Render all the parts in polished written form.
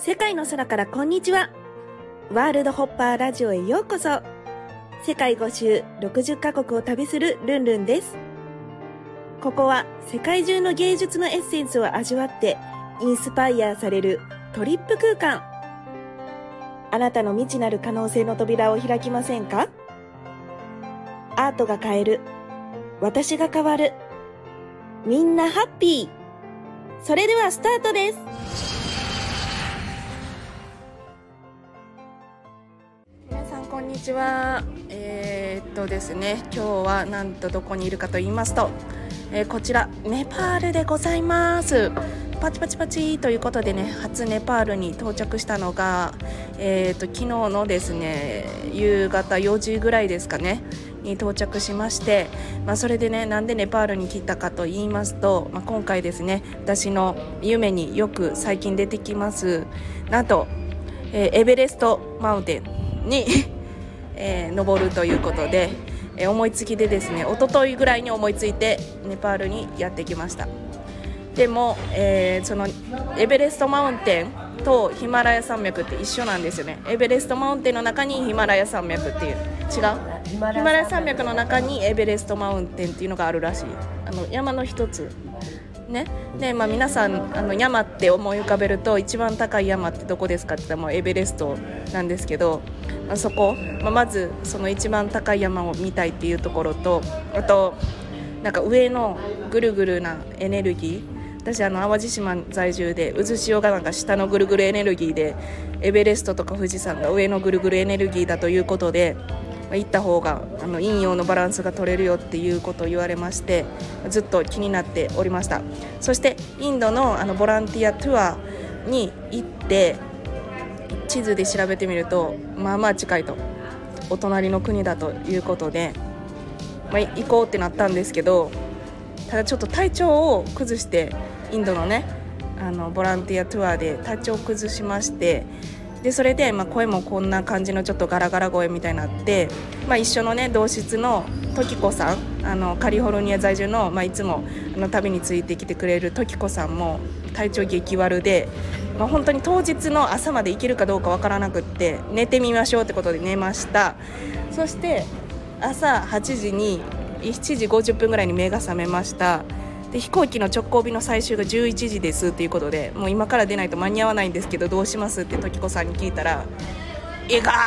世界の空からこんにちは。ワールドホッパーラジオへようこそ。世界5周60カ国を旅するルンルンです。ここは世界中の芸術のエッセンスを味わってインスパイアされるトリップ空間。あなたの未知なる可能性の扉を開きませんか？アートが変える。私が変わる。みんなハッピー。それではスタートです。皆さんこんにちは。ですね、今日はなんとどこにいるかと言いますと、こちらネパールでございます。パチパチパチということでね、初ネパールに到着したのが、昨日のですね夕方4時ぐらいですかねに到着しまして、それでね、なんでネパールに来たかと言いますと、今回ですね、私の夢によく最近出てきますなんと、エベレストマウンテンに登るということで、思いつきでですね、一昨日ぐらいに思いついてネパールにやってきました。でも、そのエベレストマウンテンとヒマラヤ山脈って一緒なんですよね。エベレストマウンテンの中にヒマラヤ山脈っていう、違う、ヒマラヤ山脈の中にエベレストマウンテンっていうのがあるらしい。山の一つね。で、皆さん山って思い浮かべると一番高い山ってどこですかって言ったらもうエベレストなんですけど、そこ、まずその一番高い山を見たいっていうところと、あとなんか上のぐるぐるなエネルギー、私淡路島在住で、渦潮がなんか下のぐるぐるエネルギーで、エベレストとか富士山が上のぐるぐるエネルギーだということで、行った方が陰陽のバランスが取れるよっていうことを言われまして、ずっと気になっておりました。そしてインドのボランティアツアーに行って、地図で調べてみると近いと、お隣の国だということで、行こうってなったんですけど、ただちょっと体調を崩して、インドのねボランティアツアーで体調を崩しまして、でそれで声もこんな感じのちょっとガラガラ声みたいになって、一緒のね同室のトキコさん、カリフォルニア在住の、いつも旅についてきてくれるトキコさんも体調激悪で、本当に当日の朝まで行けるかどうかわからなくって、寝てみましょうってことで寝ました。そして朝8時に7時50分ぐらいに目が覚めました。で飛行機の直行便の最終が11時ですということで、もう今から出ないと間に合わないんですけどどうしますって時子さんに聞いたら、えが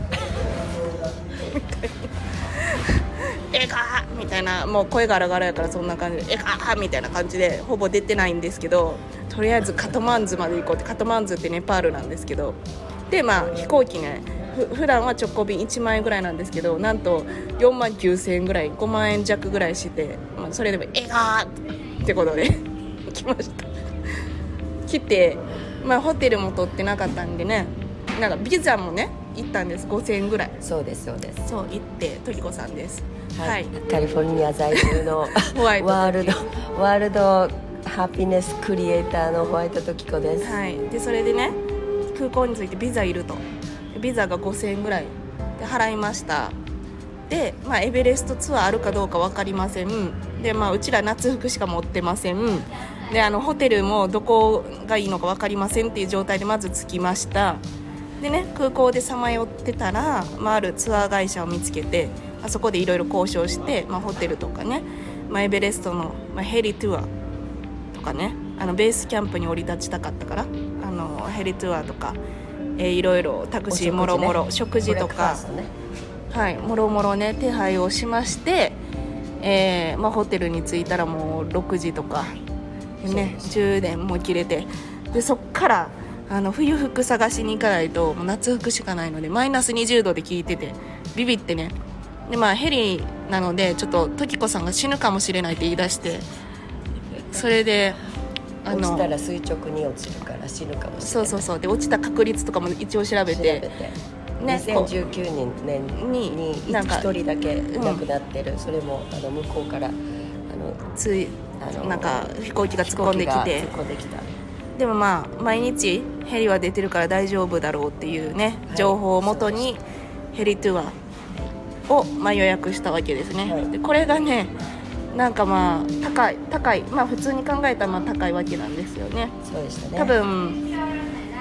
えがみたいな、もう声がガラガラやからそんな感じで、えがみたいな感じでほぼ出てないんですけど、とりあえずカトマンズまで行こうって。カトマンズってネパールなんですけど、で飛行機ね、普段は直行便1万円ぐらいなんですけど、なんと4万9000円ぐらい、5万円弱ぐらいして、それでもえがーってことで来ました。来て、ホテルも取ってなかったんでね、なんかビザもね行ったんです。5000円ぐらい。 そうですそうです。 そう行って、トキコさんです。 はい、カリフォルニア在住のホワイトワールドハピネスクリエイターのホワイトトキコです。 はい。でそれでね、空港に着いてビザいると、ビザが5000円ぐらいで払いました。で、エベレストツアーあるかどうか分かりません。で、うちら夏服しか持ってません。でホテルもどこがいいのか分かりませんっていう状態でまず着きました。でね、空港でさまよってたら、あるツアー会社を見つけて、そこでいろいろ交渉して、ホテルとかね、エベレストの、ヘリツアーとかね、ベースキャンプに降り立ちたかったから、ヘリツアーとか、いろいろタクシーもろもろ、食事とか、はい、もろもろね手配をしまして、ホテルに着いたらもう6時とかね、充電も切れて、でそっから冬服探しに行かないと、もう夏服しかないので、マイナス20度で聞いててビビってね。でヘリなのでちょっとトキコさんが死ぬかもしれないって言い出して、それで落ちたら垂直に落ちるから死ぬかもしれない。 そうで落ちた確率とかも一応調べてね、2019年に1人だけ亡くなってる、それも向こうからなんか飛行機が突っ込んできて、でも毎日ヘリは出てるから大丈夫だろうっていうね、情報をもとにヘリツアーを予約したわけですね。でこれがね、なんか高い、普通に考えたら高いわけなんですよね。 そうでしたね。 多分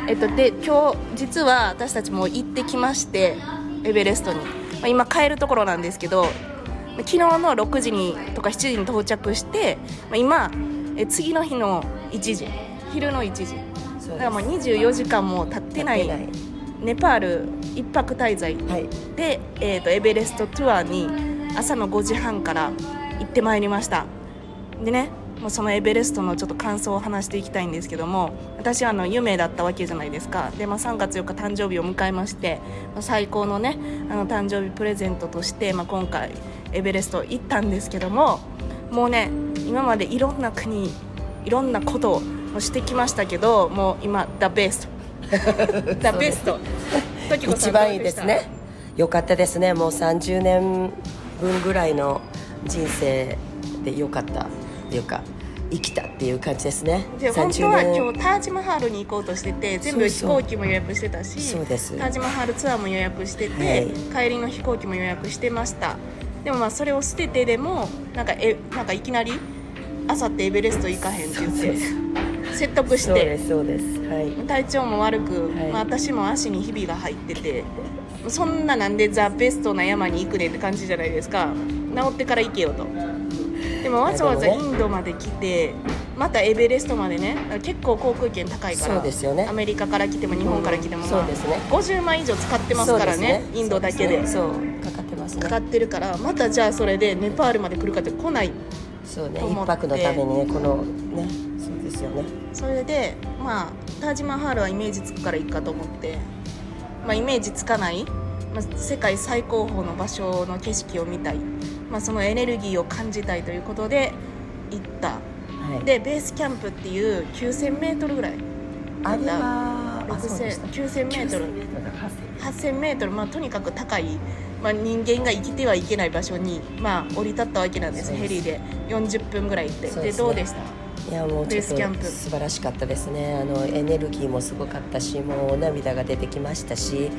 で今日実は私たちも行ってきまして、エベレストに、今帰るところなんですけど、昨日の6時にとか7時に到着して、今次の日の1時、昼の1時だからもう24時間も経ってないネパール1泊滞在で、エベレストツアーに朝の5時半から行ってまいりました。でね、もうそのエベレストのちょっと感想を話していきたいんですけども、私は夢だったわけじゃないですか。で、3月4日誕生日を迎えまして、最高のね誕生日プレゼントとして、今回エベレスト行ったんですけども、もうね今までいろんな国いろんなことをしてきましたけど、もう今The Best The Best 一番いいですね。よかったですね。もう30年分ぐらいの人生でよかったっていうか生きたっていう感じですね。 で本当は今日タージマハールに行こうとしてて、全部飛行機も予約してたし、 そうです、 タージマハールツアーも予約してて、帰りの飛行機も予約してました。でもそれを捨ててでもなんかいきなりあさってエベレスト行かへんって言って説得して、 そうです、はい、 体調も悪く、私も足にひびが入ってて、そんななんでザ・ベストな山に行くねんって感じじゃないですか。治ってから行けよと。でもわざわざインドまで来て、またエベレストまでね、結構航空券高いから、 そうですよね、 アメリカから来ても日本から来ても、 そうですね、 50万以上使ってますから ね、インドだけで、 そうかかってますね。 かかってるから、またじゃあそれでネパールまで来るかって来ないそうね、1泊のためにね、このね、そうですよね。それでタージマハールはイメージつくから行くかと思って、イメージつかない、世界最高峰の場所の景色を見たい、そのエネルギーを感じたいということで行った、でベースキャンプっていう9000メートルぐらいあれは 9000メートル8000メートル、とにかく高い、人間が生きてはいけない場所に、降り立ったわけなんです。ヘリで40分ぐらい行って、でどうでした？ いやもうちょっと素晴らしかったですね。エネルギーもすごかったし、もう涙が出てきましたし、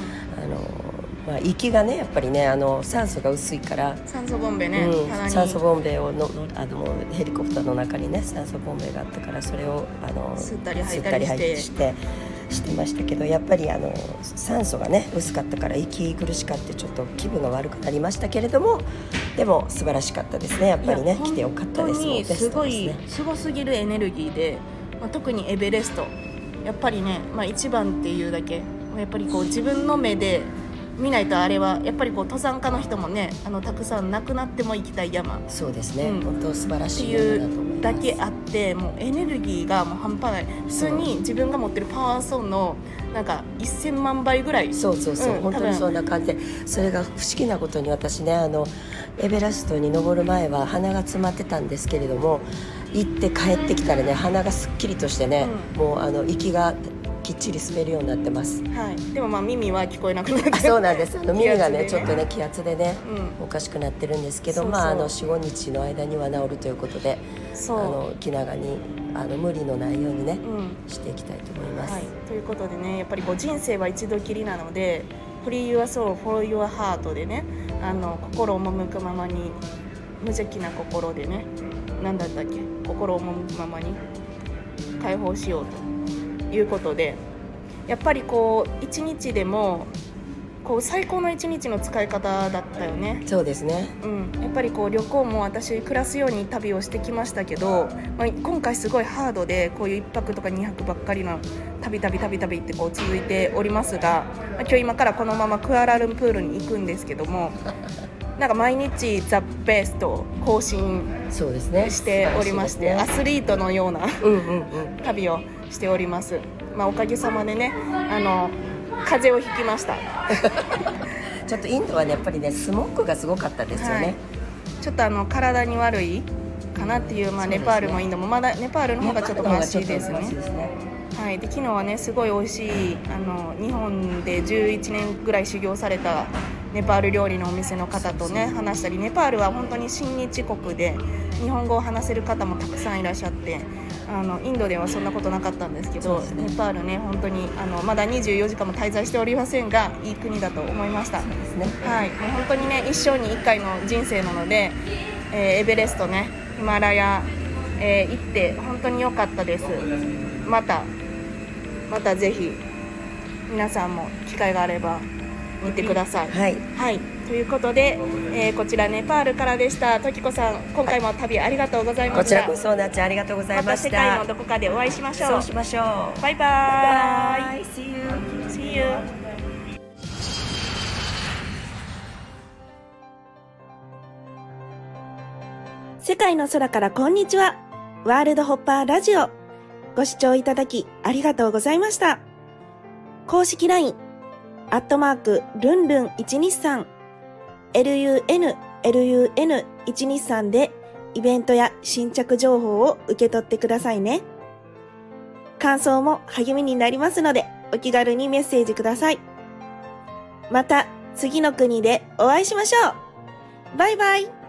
息がねやっぱりね酸素が薄いから酸素ボンベね、 酸素ボンベをヘリコプターの中にね酸素ボンベがあったから、それを吸ったり吐いたりしてましたけど、やっぱり酸素がね薄かったから息苦しかってちょっと気分が悪くなりましたけれども、でも素晴らしかったですね。やっぱりね来てよかったです。 本当にすごすぎるエネルギーで、特にエベレストやっぱりね、一番っていうだけやっぱり自分の目で見ないと、あれはやっぱり登山家の人もねたくさん亡くなっても行きたい山、 そうですね、本当素晴らしい山だと思います。 っていうだけあって、もうエネルギーがもう半端ない。普通に自分が持ってるパワーソーンのなんか1000万倍ぐらい、 そう、本当にそんな感じで、それが不思議なことに私ねエベレストに登る前は鼻が詰まってたんですけれども、行って帰ってきたらね鼻がすっきりとしてね、もう息がきっちり吸えるようになってます、 でも耳は聞こえなくなってる。 そうなんです。耳がねちょっとね気圧でね、おかしくなってるんですけど、4、5日の間には治るということで、気長に無理のないようにね、していきたいと思います、 ということでね、やっぱり人生は一度きりなので、Free your soul, follow your heart でね、心を赴くままに、無邪気な心でね、何だったっけ、心を赴くままに解放しようということで、やっぱり一日でも最高の一日の使い方だったよね。 そうですね、 やっぱり旅行も私暮らすように旅をしてきましたけど、今回すごいハードでこういう1泊とか2泊ばっかりの旅って続いておりますが、今日今からこのままクアラルンプールに行くんですけども、なんか毎日ザ・ベスト更新しておりまして、アスリートのような旅をしております。おかげさまでね風邪をひきましたちょっとインドはねやっぱりねスモッグがすごかったですよね、 ちょっと体に悪いかなっていう、ネパールもインドもまだネパールの方がちょっとマシですね。で昨日はねすごい美味しい日本で11年ぐらい修行されたネパール料理のお店の方とね話したり、ネパールは本当に親日国で日本語を話せる方もたくさんいらっしゃって、インドではそんなことなかったんですけど、ネパールね本当にまだ24時間も滞在しておりませんが、いい国だと思いました。もう本当にね一生に1回の人生なので、エベレストねヒマラヤ、行って本当に良かったです。またまたぜひ皆さんも機会があれば見てください。 はい、 はい、ということで、こちらネパールからでした。時子さん、今回も旅ありがとうございました。 こちらこそなっちゃんありがとうございました。 また世界のどこかでお会いしましょう。 そうしましょう。 バイバーイ。 See you. See you. 世界の空からこんにちは。ワールドホッパーラジオ。ご視聴いただきありがとうございました。公式 LINE、ルンルン123、LUN123 でイベントや新着情報を受け取ってくださいね。感想も励みになりますので、お気軽にメッセージください。また次の国でお会いしましょう。バイバイ。